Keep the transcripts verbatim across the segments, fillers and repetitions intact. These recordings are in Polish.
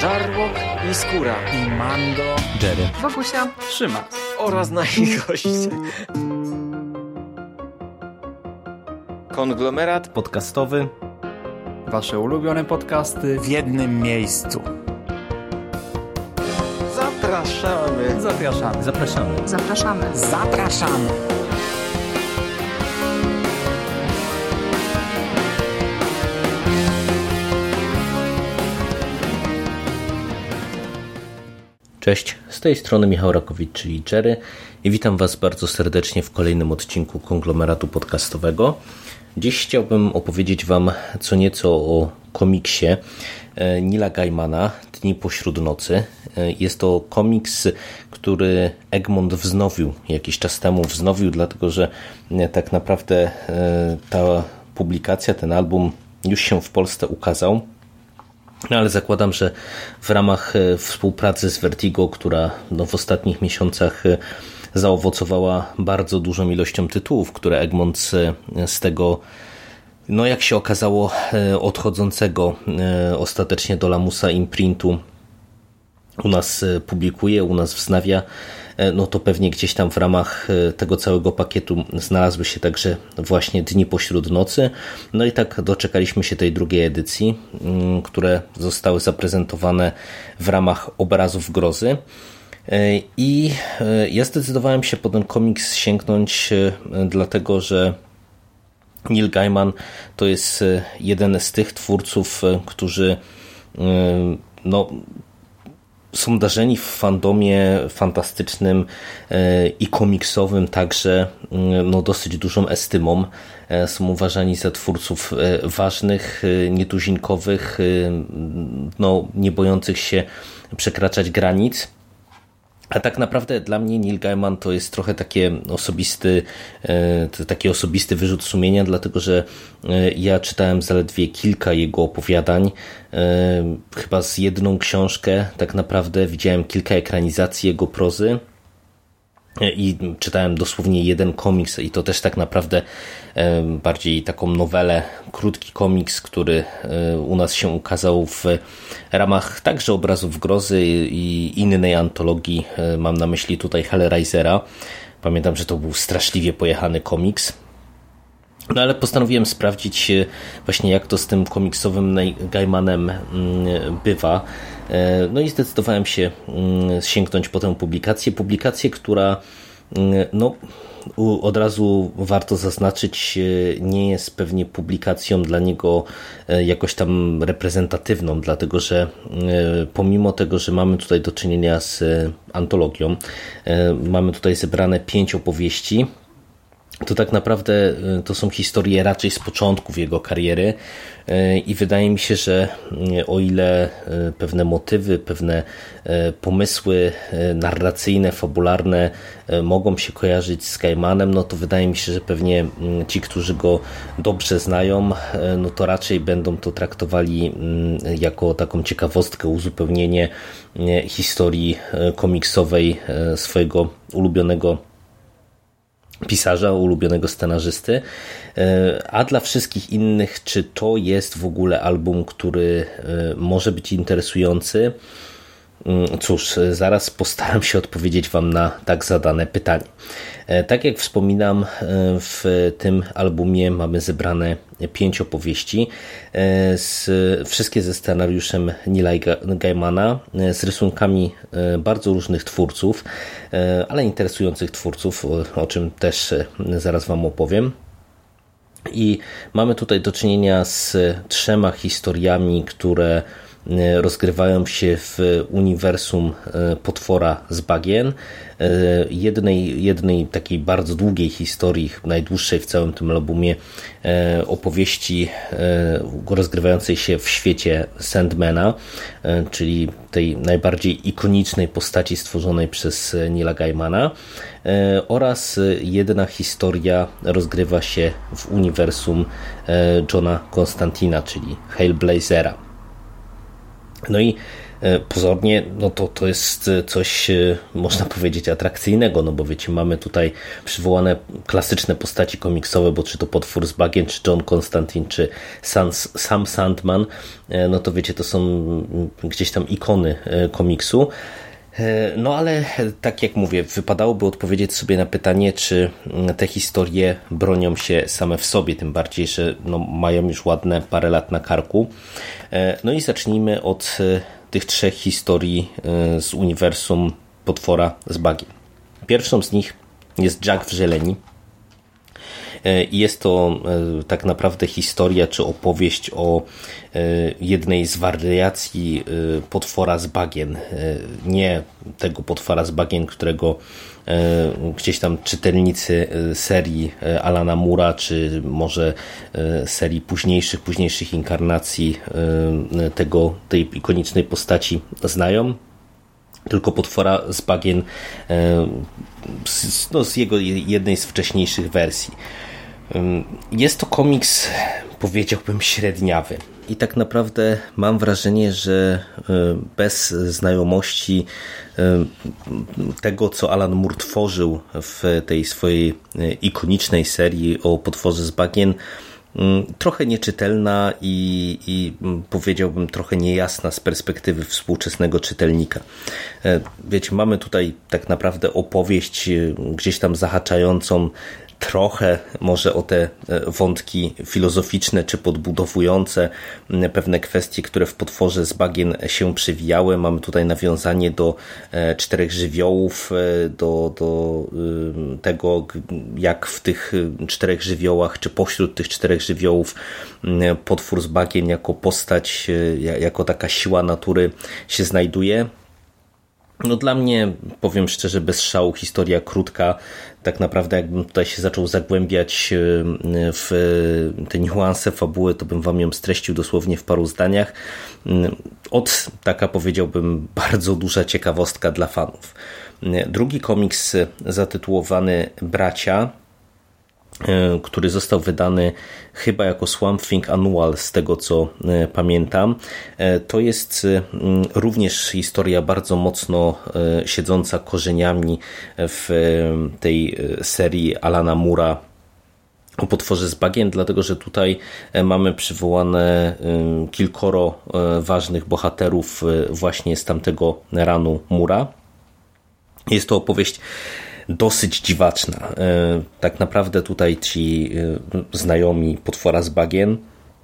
Żarłok i Skóra i Mando, Jerry, Wokusia, Szymas oraz nasi goście. Konglomerat podcastowy. Wasze ulubione podcasty w jednym miejscu. Zapraszamy. Zapraszamy. Zapraszamy. zapraszamy. Zapraszamy. Cześć, z tej strony Michał Rakowicz, czyli Jerry, i witam Was bardzo serdecznie w kolejnym odcinku Konglomeratu Podcastowego. Dziś chciałbym opowiedzieć Wam co nieco o komiksie Neila Gaimana Dni pośród nocy. Jest to komiks, który Egmont wznowił jakiś czas temu. Wznowił dlatego, że tak naprawdę ta publikacja, ten album już się w Polsce ukazał. No ale zakładam, że w ramach współpracy z Vertigo, która no w ostatnich miesiącach zaowocowała bardzo dużą ilością tytułów, które Egmont z, z tego, no jak się okazało, odchodzącego ostatecznie do Lamusa imprintu u nas publikuje, u nas wznawia, no to pewnie gdzieś tam w ramach tego całego pakietu znalazły się także właśnie Dni pośród nocy. No i tak doczekaliśmy się tej drugiej edycji, które zostały zaprezentowane w ramach Obrazów Grozy. I ja zdecydowałem się po ten komiks sięgnąć dlatego, że Neil Gaiman to jest jeden z tych twórców, którzy no są darzeni w fandomie fantastycznym i komiksowym także no, dosyć dużą estymą. Są uważani za twórców ważnych, nietuzinkowych, no, nie bojących się przekraczać granic. A tak naprawdę dla mnie Neil Gaiman to jest trochę takie osobisty, taki osobisty wyrzut sumienia, dlatego że ja czytałem zaledwie kilka jego opowiadań, chyba z jedną książkę, tak naprawdę widziałem kilka ekranizacji jego prozy i czytałem dosłownie jeden komiks i to też tak naprawdę bardziej taką nowelę, krótki komiks, który u nas się ukazał w ramach także Obrazów Grozy i innej antologii, mam na myśli tutaj Hellraisera. Pamiętam, że to był straszliwie pojechany komiks. No ale postanowiłem sprawdzić właśnie jak to z tym komiksowym Gaimanem bywa. No i zdecydowałem się sięgnąć po tę publikację. Publikację, która no od razu warto zaznaczyć, nie jest pewnie publikacją dla niego jakoś tam reprezentatywną, dlatego że pomimo tego, że mamy tutaj do czynienia z antologią, mamy tutaj zebrane pięć opowieści, to tak naprawdę to są historie raczej z początków jego kariery i wydaje mi się, że o ile pewne motywy, pewne pomysły narracyjne, fabularne mogą się kojarzyć z Gaimanem, no to wydaje mi się, że pewnie ci, którzy go dobrze znają, no to raczej będą to traktowali jako taką ciekawostkę, uzupełnienie historii komiksowej swojego ulubionego pisarza, ulubionego scenarzysty, a dla wszystkich innych, czy to jest w ogóle album, który może być interesujący? Cóż, zaraz postaram się odpowiedzieć Wam na tak zadane pytanie. Tak jak wspominam, w tym albumie mamy zebrane pięć opowieści, z, wszystkie ze scenariuszem Neila Gaimana, z rysunkami bardzo różnych twórców, ale interesujących twórców, o czym też zaraz Wam opowiem. I mamy tutaj do czynienia z trzema historiami, które rozgrywają się w uniwersum Potwora z Bagien, jednej, jednej takiej bardzo długiej historii, najdłuższej w całym tym albumie, opowieści rozgrywającej się w świecie Sandmana, czyli tej najbardziej ikonicznej postaci stworzonej przez Neila Gaimana, oraz jedna historia rozgrywa się w uniwersum Johna Constantina, czyli Hellblazera. No i pozornie no to, to jest coś, można powiedzieć, atrakcyjnego, no bo wiecie, mamy tutaj przywołane klasyczne postaci komiksowe, bo czy to Potwór z bagien, czy John Constantine, czy Sam, Sam Sandman, no to wiecie, to są gdzieś tam ikony komiksu. No ale tak jak mówię, wypadałoby odpowiedzieć sobie na pytanie, czy te historie bronią się same w sobie, tym bardziej, że no, mają już ładne parę lat na karku. No i zacznijmy od tych trzech historii z uniwersum Potwora z bagien. Pierwszą z nich jest Jack w zieleni. I jest to tak naprawdę historia czy opowieść o jednej z wariacji potwora z bagien. Nie tego potwora z bagien, którego gdzieś tam czytelnicy serii Alana Moore'a, czy może serii późniejszych, późniejszych inkarnacji tego, tej ikonicznej postaci znają. Tylko potwora z bagien no, z jego jednej z wcześniejszych wersji. Jest to komiks, powiedziałbym, średniawy i tak naprawdę mam wrażenie, że bez znajomości tego, co Alan Moore tworzył w tej swojej ikonicznej serii o potworze z bagien, trochę nieczytelna i, i powiedziałbym trochę niejasna z perspektywy współczesnego czytelnika. Wiecie, mamy tutaj tak naprawdę opowieść gdzieś tam zahaczającą trochę może o te wątki filozoficzne czy podbudowujące pewne kwestie, które w Potworze z bagien się przewijały. Mamy tutaj nawiązanie do czterech żywiołów, do, do tego, jak w tych czterech żywiołach, czy pośród tych czterech żywiołów potwór z bagien jako postać, jako taka siła natury się znajduje. No dla mnie, powiem szczerze, bez szału, historia krótka. Tak naprawdę jakbym tutaj się zaczął zagłębiać w te niuanse fabuły, to bym wam ją streścił dosłownie w paru zdaniach. Od, taka powiedziałbym, bardzo duża ciekawostka dla fanów. Drugi komiks zatytułowany Bracia, który został wydany chyba jako Swamp Thing Annual, z tego co pamiętam. To jest również historia bardzo mocno siedząca korzeniami w tej serii Alana Moore'a o potworze z bagien, dlatego że tutaj mamy przywołane kilkoro ważnych bohaterów właśnie z tamtego ranu Moore'a. Jest to opowieść dosyć dziwaczna. Tak naprawdę tutaj ci znajomi potwora z bagien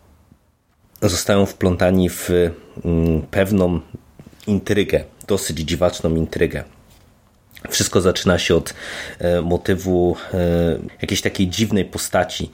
zostają wplątani w pewną intrygę, dosyć dziwaczną intrygę. Wszystko zaczyna się od motywu jakiejś takiej dziwnej postaci.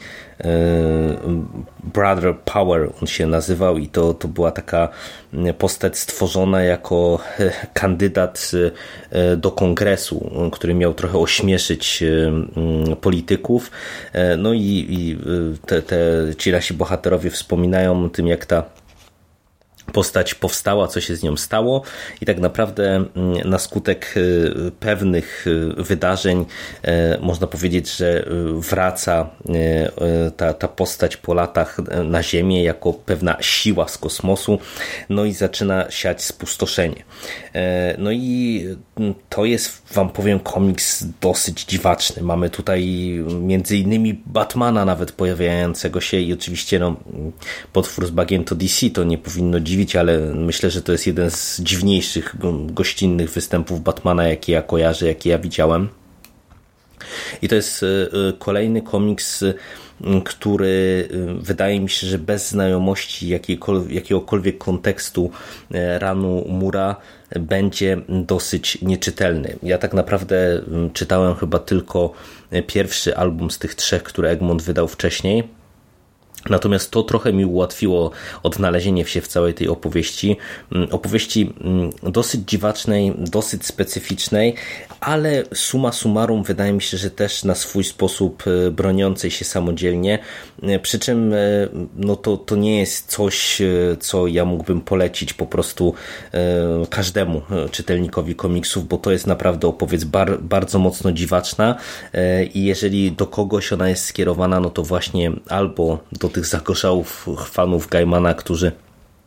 Brother Power on się nazywał i to, to była taka postać stworzona jako kandydat do kongresu, który miał trochę ośmieszyć polityków. No i, i te, te, ci nasi bohaterowie wspominają o tym, jak ta postać powstała, co się z nią stało i tak naprawdę na skutek pewnych wydarzeń można powiedzieć, że wraca ta, ta postać po latach na Ziemię jako pewna siła z kosmosu, no i zaczyna siać spustoszenie. No i to jest, wam powiem, komiks dosyć dziwaczny. Mamy tutaj między innymi Batmana nawet pojawiającego się i oczywiście no, potwór z bagien to D C, to nie powinno dziwić, ale myślę, że to jest jeden z dziwniejszych gościnnych występów Batmana, jakie ja kojarzę, jakie ja widziałem. I to jest kolejny komiks, który wydaje mi się, że bez znajomości jakiegokolwiek kontekstu ranu Moore'a będzie dosyć nieczytelny. Ja tak naprawdę czytałem chyba tylko pierwszy album z tych trzech, które Egmont wydał wcześniej. Natomiast to trochę mi ułatwiło odnalezienie się w całej tej opowieści. Opowieści dosyć dziwacznej, dosyć specyficznej, ale summa summarum wydaje mi się, że też na swój sposób broniącej się samodzielnie. Przy czym no to, to nie jest coś, co ja mógłbym polecić po prostu każdemu czytelnikowi komiksów, bo to jest naprawdę opowieść bar, bardzo mocno dziwaczna i jeżeli do kogoś ona jest skierowana, no to właśnie albo do tych zagorzałych fanów Gaimana, którzy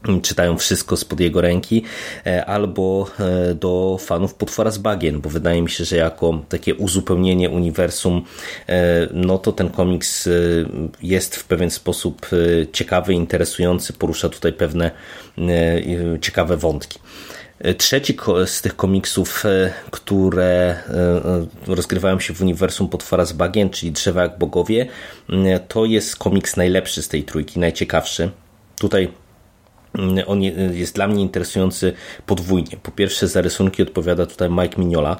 czytają wszystko spod jego ręki, albo do fanów Potwora z bagien, bo wydaje mi się, że jako takie uzupełnienie uniwersum, no to ten komiks jest w pewien sposób ciekawy, interesujący, porusza tutaj pewne ciekawe wątki. Trzeci z tych komiksów, które rozgrywają się w uniwersum Potwora z bagien, czyli Drzewa jak bogowie, to jest komiks najlepszy z tej trójki, najciekawszy. Tutaj on jest dla mnie interesujący podwójnie. Po pierwsze, za rysunki odpowiada tutaj Mike Mignola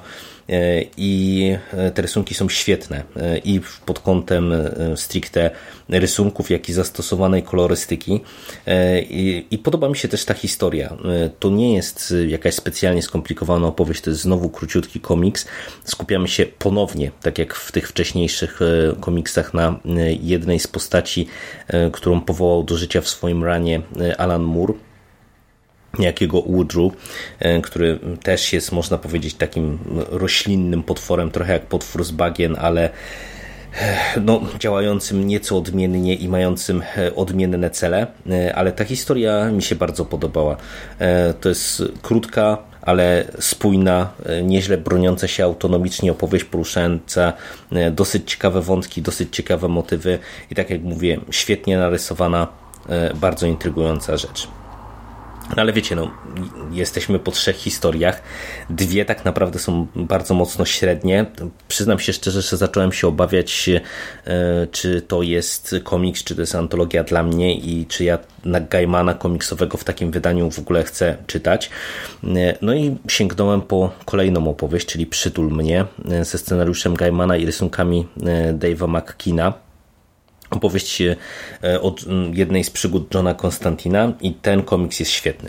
i te rysunki są świetne i pod kątem stricte rysunków, jak i zastosowanej kolorystyki. I, i podoba mi się też ta historia. To nie jest jakaś specjalnie skomplikowana opowieść, to jest znowu króciutki komiks. Skupiamy się ponownie, tak jak w tych wcześniejszych komiksach, na jednej z postaci, którą powołał do życia w swoim runie Alan Moore, niejakiego Woodrue, który też jest, można powiedzieć, takim roślinnym potworem, trochę jak potwór z bagien, ale no, działającym nieco odmiennie i mającym odmienne cele, ale ta historia mi się bardzo podobała. To jest krótka, ale spójna, nieźle broniąca się autonomicznie opowieść, poruszająca dosyć ciekawe wątki, dosyć ciekawe motywy i tak jak mówię, świetnie narysowana, bardzo intrygująca rzecz. No ale wiecie, no, jesteśmy po trzech historiach. Dwie tak naprawdę są bardzo mocno średnie. Przyznam się szczerze, że zacząłem się obawiać, czy to jest komiks, czy to jest antologia dla mnie i czy ja Gaimana komiksowego w takim wydaniu w ogóle chcę czytać. No i sięgnąłem po kolejną opowieść, czyli Przytul mnie, ze scenariuszem Gaimana i rysunkami Dave'a McKeana. Opowieść od jednej z przygód Johna Constantina i ten komiks jest świetny.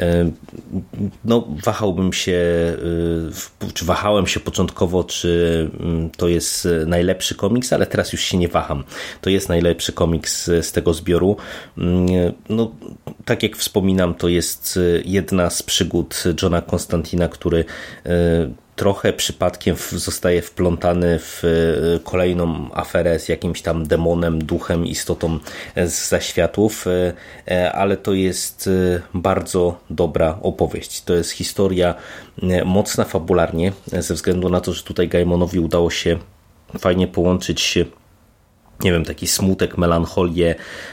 No, wahałbym się, czy wahałem się początkowo, czy to jest najlepszy komiks, ale teraz już się nie waham. To jest najlepszy komiks z tego zbioru. No, tak jak wspominam, to jest jedna z przygód Johna Constantina, który trochę przypadkiem zostaje wplątany w kolejną aferę z jakimś tam demonem, duchem, istotą z zaświatów, ale to jest bardzo dobra opowieść. To jest historia mocna fabularnie, ze względu na to, że tutaj Gaimanowi udało się fajnie połączyć, nie wiem, taki smutek, melancholię,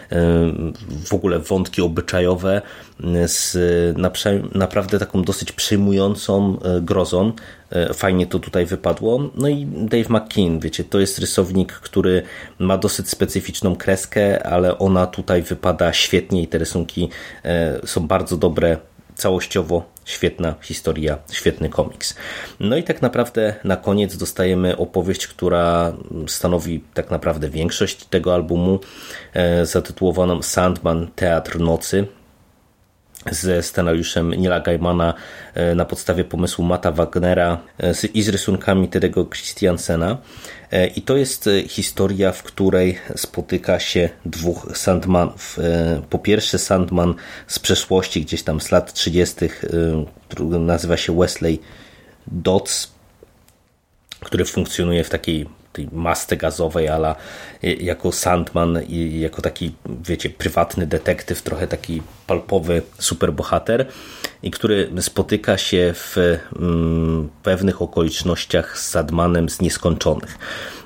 w ogóle wątki obyczajowe z naprawdę taką dosyć przejmującą grozą. Fajnie to tutaj wypadło. No i Dave McKean, wiecie, to jest rysownik, który ma dosyć specyficzną kreskę, ale ona tutaj wypada świetnie i te rysunki są bardzo dobre. Całościowo świetna historia, świetny komiks. No i tak naprawdę na koniec dostajemy opowieść, która stanowi tak naprawdę większość tego albumu, zatytułowaną Sandman Teatr Nocy, ze scenariuszem Neila Gaimana na podstawie pomysłu Matta Wagnera i z rysunkami Terry'ego Christiansena. I to jest historia, w której spotyka się dwóch Sandmanów. Po pierwsze Sandman z przeszłości, gdzieś tam z lat trzydziestych, który nazywa się Wesley Dodds, który funkcjonuje w takiej tej masce gazowej, ale jako Sandman i jako taki, wiecie, prywatny detektyw, trochę taki palpowy superbohater, i który spotyka się w mm, pewnych okolicznościach z Sandmanem z Nieskończonych.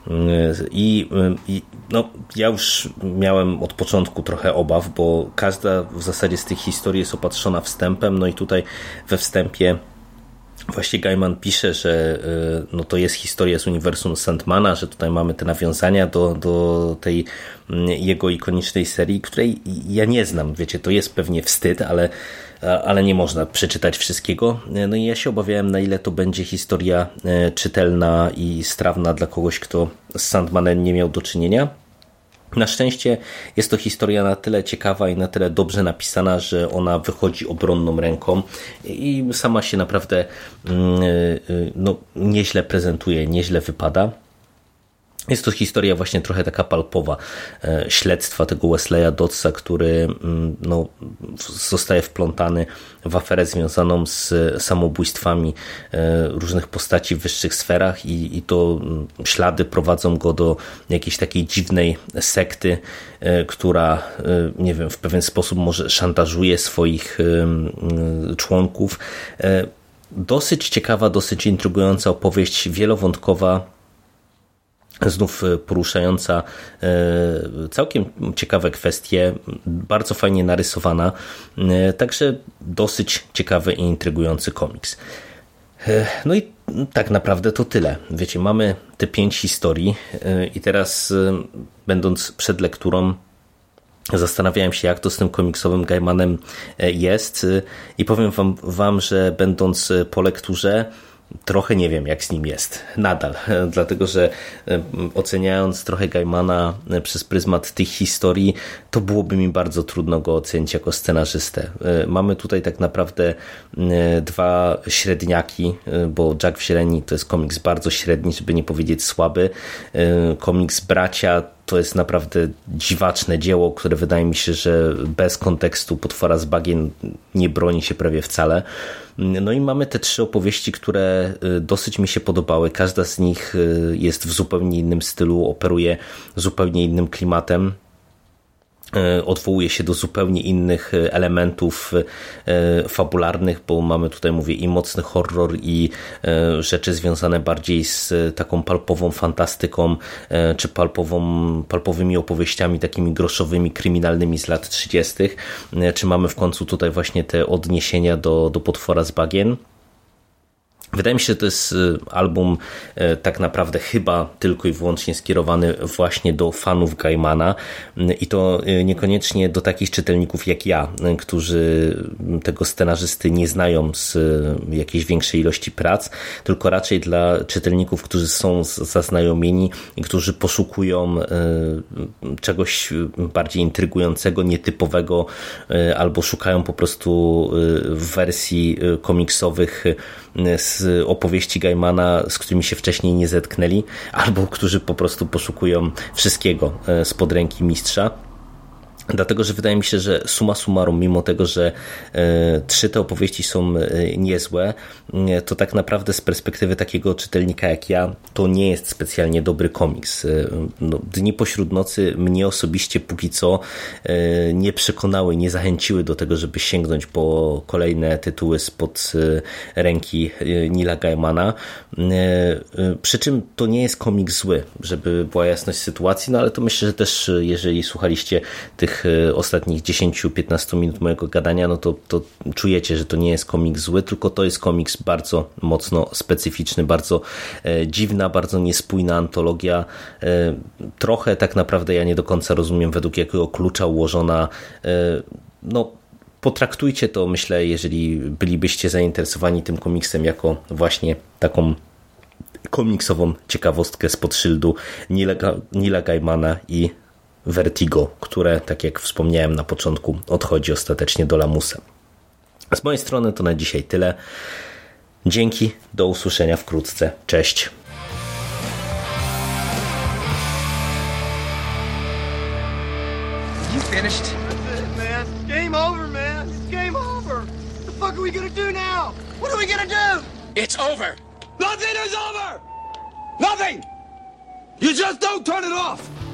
I, i no, ja już miałem od początku trochę obaw, bo każda w zasadzie z tych historii jest opatrzona wstępem, no i tutaj we wstępie właśnie Gaiman pisze, że no to jest historia z uniwersum Sandmana, że tutaj mamy te nawiązania do, do tej jego ikonicznej serii, której ja nie znam. Wiecie, to jest pewnie wstyd, ale, ale nie można przeczytać wszystkiego. No i ja się obawiałem, na ile to będzie historia czytelna i strawna dla kogoś, kto z Sandmanem nie miał do czynienia. Na szczęście jest to historia na tyle ciekawa i na tyle dobrze napisana, że ona wychodzi obronną ręką i sama się naprawdę no, nieźle prezentuje, nieźle wypada. Jest to historia właśnie trochę taka palpowa, śledztwa tego Wesleya Doddsa, który no, zostaje wplątany w aferę związaną z samobójstwami różnych postaci w wyższych sferach i, i to ślady prowadzą go do jakiejś takiej dziwnej sekty, która, nie wiem, w pewien sposób może szantażuje swoich członków. Dosyć ciekawa, dosyć intrygująca opowieść, wielowątkowa, znów poruszająca całkiem ciekawe kwestie, bardzo fajnie narysowana, także dosyć ciekawy i intrygujący komiks. No i tak naprawdę to tyle. Wiecie, mamy te pięć historii i teraz, będąc przed lekturą, zastanawiałem się, jak to z tym komiksowym Gaimanem jest i powiem wam, wam, że będąc po lekturze, trochę nie wiem, jak z nim jest. Nadal. Dlatego, że oceniając trochę Gaimana przez pryzmat tych historii, to byłoby mi bardzo trudno go ocenić jako scenarzystę. Mamy tutaj tak naprawdę dwa średniaki, bo Jack w zieleni to jest komiks bardzo średni, żeby nie powiedzieć słaby. Komiks Bracia to jest naprawdę dziwaczne dzieło, które wydaje mi się, że bez kontekstu Potwora z bagien nie broni się prawie wcale. No i mamy te trzy opowieści, które dosyć mi się podobały. Każda z nich jest w zupełnie innym stylu, operuje zupełnie innym klimatem. Odwołuje się do zupełnie innych elementów fabularnych, bo mamy tutaj, mówię, i mocny horror, i rzeczy związane bardziej z taką palpową fantastyką, czy palpową, palpowymi opowieściami takimi groszowymi, kryminalnymi z lat trzydziestych, czy mamy w końcu tutaj właśnie te odniesienia do, do Potwora z bagien. Wydaje mi się, że to jest album tak naprawdę chyba tylko i wyłącznie skierowany właśnie do fanów Gaimana i to niekoniecznie do takich czytelników jak ja, którzy tego scenarzysty nie znają z jakiejś większej ilości prac, tylko raczej dla czytelników, którzy są zaznajomieni i którzy poszukują czegoś bardziej intrygującego, nietypowego, albo szukają po prostu w wersji komiksowych z opowieści Gaimana, z którymi się wcześniej nie zetknęli, albo którzy po prostu poszukują wszystkiego spod ręki mistrza. Dlatego, że wydaje mi się, że summa summarum, mimo tego, że e, trzy te opowieści są e, niezłe, e, to tak naprawdę z perspektywy takiego czytelnika jak ja, to nie jest specjalnie dobry komiks. E, no, Dni pośród nocy mnie osobiście póki co e, nie przekonały, nie zachęciły do tego, żeby sięgnąć po kolejne tytuły spod e, ręki e, Neila Gaimana. E, e, przy czym to nie jest komiks zły, żeby była jasność sytuacji, no ale to myślę, że też jeżeli słuchaliście tych ostatnich dziesięć do piętnastu minut mojego gadania, no to, to czujecie, że to nie jest komiks zły, tylko to jest komiks bardzo mocno specyficzny, bardzo e, dziwna, bardzo niespójna antologia. E, trochę tak naprawdę ja nie do końca rozumiem, według jakiego klucza ułożona. E, no potraktujcie to, myślę, jeżeli bylibyście zainteresowani tym komiksem jako właśnie taką komiksową ciekawostkę spod szyldu Neila Gaimana i Vertigo, które, tak jak wspomniałem na początku, odchodzi ostatecznie do lamusa. Z mojej strony to na dzisiaj tyle. Dzięki, do usłyszenia wkrótce. Cześć. You finished? That's it, man. Game over, man. It's game over. What the fuck are we gonna do now? What are we gonna do? It's over! Nothing is over! Nothing! You just don't turn it off!